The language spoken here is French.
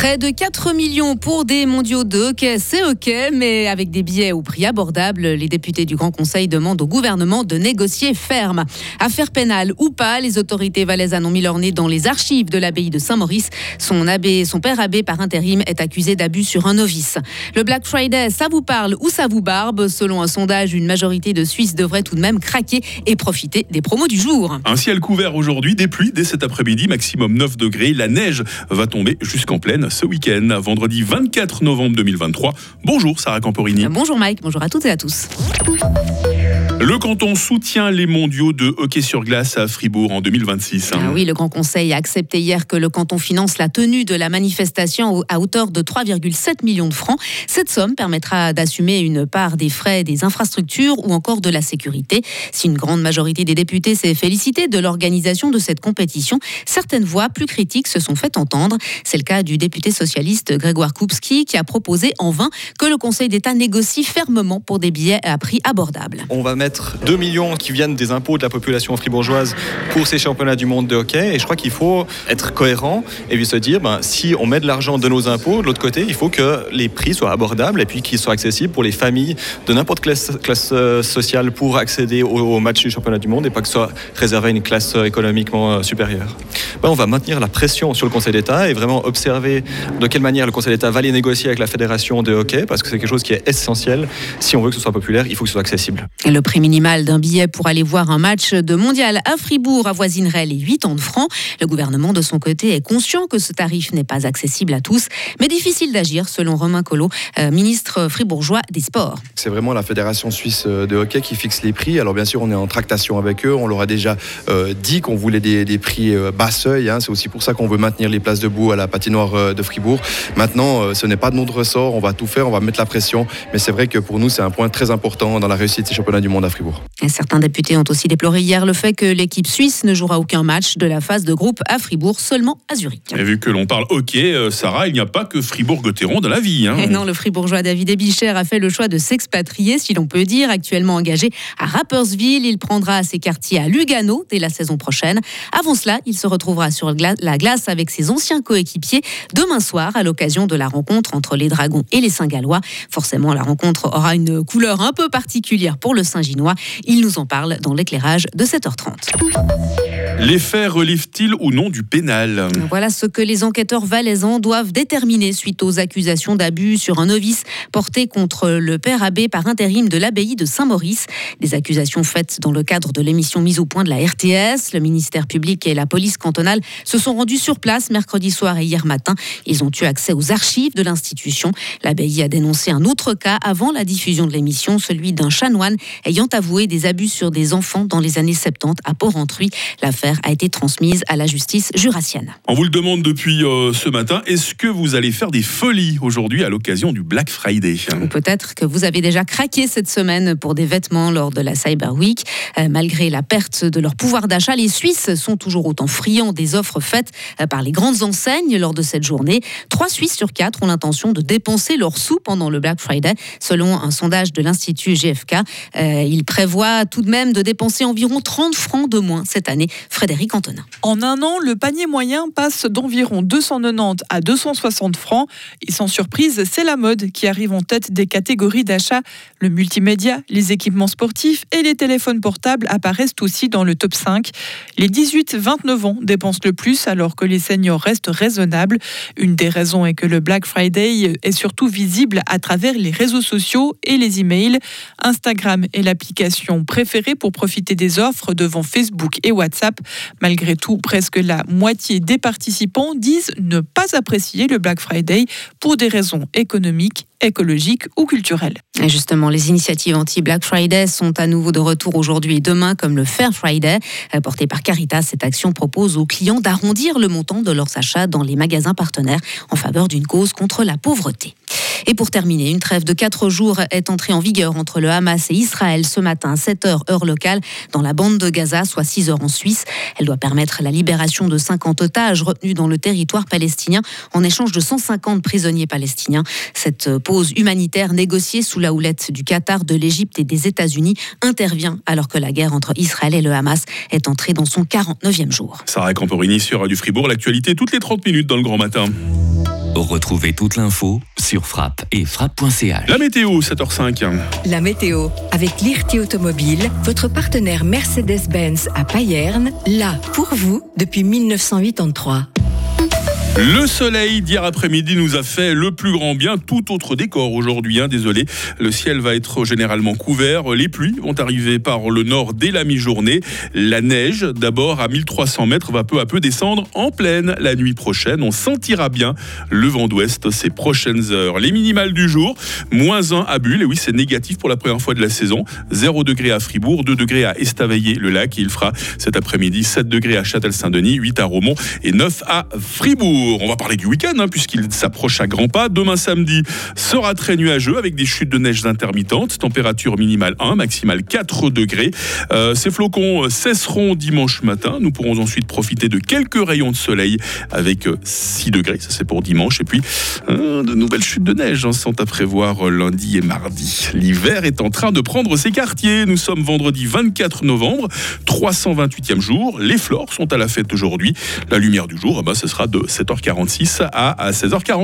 Près de 4 millions pour des mondiaux de hockey, c'est ok, mais avec des billets au prix abordable, les députés du Grand Conseil demandent au gouvernement de négocier ferme. Affaire pénale ou pas, les autorités valaisannes ont mis leur nez dans les archives de l'abbaye de Saint-Maurice. Son père abbé par intérim est accusé d'abus sur un novice. Le Black Friday, ça vous parle ou ça vous barbe? Selon un sondage, une majorité de Suisses devrait tout de même craquer et profiter des promos du jour. Un ciel couvert aujourd'hui, des pluies dès cet après-midi, maximum 9 degrés. La neige va tomber jusqu'en pleine ce week-end, vendredi 24 novembre 2023. Bonjour Sarah Camporini. Bonjour Mike, bonjour à toutes et à tous. Le canton soutient les mondiaux de hockey sur glace à Fribourg en 2026. Oui, le Grand Conseil a accepté hier que le canton finance la tenue de la manifestation à hauteur de 3,7 millions de francs. Cette somme permettra d'assumer une part des frais des infrastructures ou encore de la sécurité. Si une grande majorité des députés s'est félicitée de l'organisation de cette compétition, certaines voix plus critiques se sont fait entendre. C'est le cas du député socialiste Grégoire Koupski qui a proposé en vain que le Conseil d'État négocie fermement pour des billets à prix abordables. On va mettre 2 millions qui viennent des impôts de la population fribourgeoise pour ces championnats du monde de hockey, et je crois qu'il faut être cohérent et puis se dire si on met de l'argent de nos impôts, de l'autre côté il faut que les prix soient abordables et puis qu'ils soient accessibles pour les familles de n'importe quelle classe sociale pour accéder au match du championnat du monde et pas que ce soit réservé à une classe économiquement supérieure. On va maintenir la pression sur le Conseil d'État et vraiment observer de quelle manière le Conseil d'État va les négocier avec la fédération de hockey, parce que c'est quelque chose qui est essentiel. Si on veut que ce soit populaire, il faut que ce soit accessible. Le prix minimal d'un billet pour aller voir un match de mondial à Fribourg avoisinerait les 80 francs. Le gouvernement, de son côté, est conscient que ce tarif n'est pas accessible à tous, mais difficile d'agir, selon Romain Collot, ministre fribourgeois des Sports. C'est vraiment la Fédération suisse de hockey qui fixe les prix. Alors bien sûr, on est en tractation avec eux. On leur a déjà dit qu'on voulait des prix bas seuil. C'est aussi pour ça qu'on veut maintenir les places debout à la patinoire de Fribourg. Maintenant, ce n'est pas de notre ressort. On va tout faire, on va mettre la pression. Mais c'est vrai que pour nous, c'est un point très important dans la réussite des championnats du monde à Fribourg. Et certains députés ont aussi déploré hier le fait que l'équipe suisse ne jouera aucun match de la phase de groupe à Fribourg, seulement à Zurich. Et vu que l'on parle hockey, Sarah, il n'y a pas que Fribourg-Gotteron dans la vie. Et non, le fribourgeois David Ebicher a fait le choix de s'expatrier, si l'on peut dire. Actuellement engagé à Rapperswil, il prendra ses quartiers à Lugano dès la saison prochaine. Avant cela, il se retrouvera sur la glace avec ses anciens coéquipiers demain soir à l'occasion de la rencontre entre les Dragons et les Saint-Gallois. Forcément, la rencontre aura une couleur un peu particulière pour le Saint-Ginois. Il nous en parle dans l'éclairage de 7h30. Les faits relèvent-ils ou non du pénal ? Voilà ce que les enquêteurs valaisans doivent déterminer suite aux accusations d'abus sur un novice porté contre le père abbé par intérim de l'abbaye de Saint-Maurice. Des accusations faites dans le cadre de l'émission Mise au point de la RTS. Le ministère public et la police cantonale se sont rendus sur place mercredi soir et hier matin. Ils ont eu accès aux archives de l'institution. L'abbaye a dénoncé un autre cas avant la diffusion de l'émission, celui d'un chanoine ayant avoué des abus sur des enfants dans les années 70 à Port-Entruy. L'affaire a été transmise à la justice jurassienne. On vous le demande depuis ce matin. Est-ce que vous allez faire des folies aujourd'hui à l'occasion du Black Friday ? Ou peut-être que vous avez déjà craqué cette semaine pour des vêtements lors de la Cyber Week. Malgré la perte de leur pouvoir d'achat, les Suisses sont toujours autant friands des offres faites par les grandes enseignes lors de cette journée. 3 Suisses sur 4 ont l'intention de dépenser leurs sous pendant le Black Friday. Selon un sondage de l'Institut GfK, ils prévoient tout de même de dépenser environ 30 francs de moins cette année. Frédéric Antonin. En un an, le panier moyen passe d'environ 290 à 260 francs. Et sans surprise, c'est la mode qui arrive en tête des catégories d'achat. Le multimédia, les équipements sportifs et les téléphones portables apparaissent aussi dans le top 5. Les 18-29 ans dépensent le plus alors que les seniors restent raisonnables. Une des raisons est que le Black Friday est surtout visible à travers les réseaux sociaux et les emails. Instagram est l'application préférée pour profiter des offres devant Facebook et WhatsApp. Malgré tout, presque la moitié des participants disent ne pas apprécier le Black Friday pour des raisons économiques, écologiques ou culturelles. Et justement, les initiatives anti-Black Friday sont à nouveau de retour aujourd'hui et demain, comme le Fair Friday. Porté par Caritas, cette action propose aux clients d'arrondir le montant de leurs achats dans les magasins partenaires en faveur d'une cause contre la pauvreté. Et pour terminer, une trêve de 4 jours est entrée en vigueur entre le Hamas et Israël ce matin à 7h heure locale dans la bande de Gaza, soit 6h en Suisse. Elle doit permettre la libération de 50 otages retenus dans le territoire palestinien en échange de 150 prisonniers palestiniens. Cette pause humanitaire négociée sous la houlette du Qatar, de l'Égypte et des États-Unis intervient alors que la guerre entre Israël et le Hamas est entrée dans son 49e jour. Sarah Camporini sur Radio Fribourg, l'actualité toutes les 30 minutes dans le Grand Matin. Retrouvez toute l'info sur Frappe et frappe.ch. La météo, 7h05. La météo, avec Lirti Automobile, votre partenaire Mercedes-Benz à Payerne, là pour vous depuis 1983. Le soleil d'hier après-midi nous a fait le plus grand bien, tout autre décor aujourd'hui, désolé. Le ciel va être généralement couvert, les pluies vont arriver par le nord dès la mi-journée. La neige, d'abord à 1300 mètres, va peu à peu descendre en plaine la nuit prochaine. On sentira bien le vent d'ouest ces prochaines heures. Les minimales du jour, -1 à Bulle, et oui c'est négatif pour la première fois de la saison. 0 degré à Fribourg, 2 degrés à Estavayer-le-Lac, et il fera cet après-midi 7 degrés à Châtel-Saint-Denis, 8 à Romont et 9 à Fribourg. On va parler du week-end puisqu'il s'approche à grands pas. Demain samedi sera très nuageux avec des chutes de neige intermittentes. Température minimale 1, maximale 4 degrés. Ces flocons cesseront dimanche matin. Nous pourrons ensuite profiter de quelques rayons de soleil avec 6 degrés. Ça c'est pour dimanche. Et puis de nouvelles chutes de neige sont à prévoir lundi et mardi. L'hiver est en train de prendre ses quartiers. Nous sommes vendredi 24 novembre, 328e jour. Les flores sont à la fête aujourd'hui. La lumière du jour, ce sera de 7h46 à 16h40.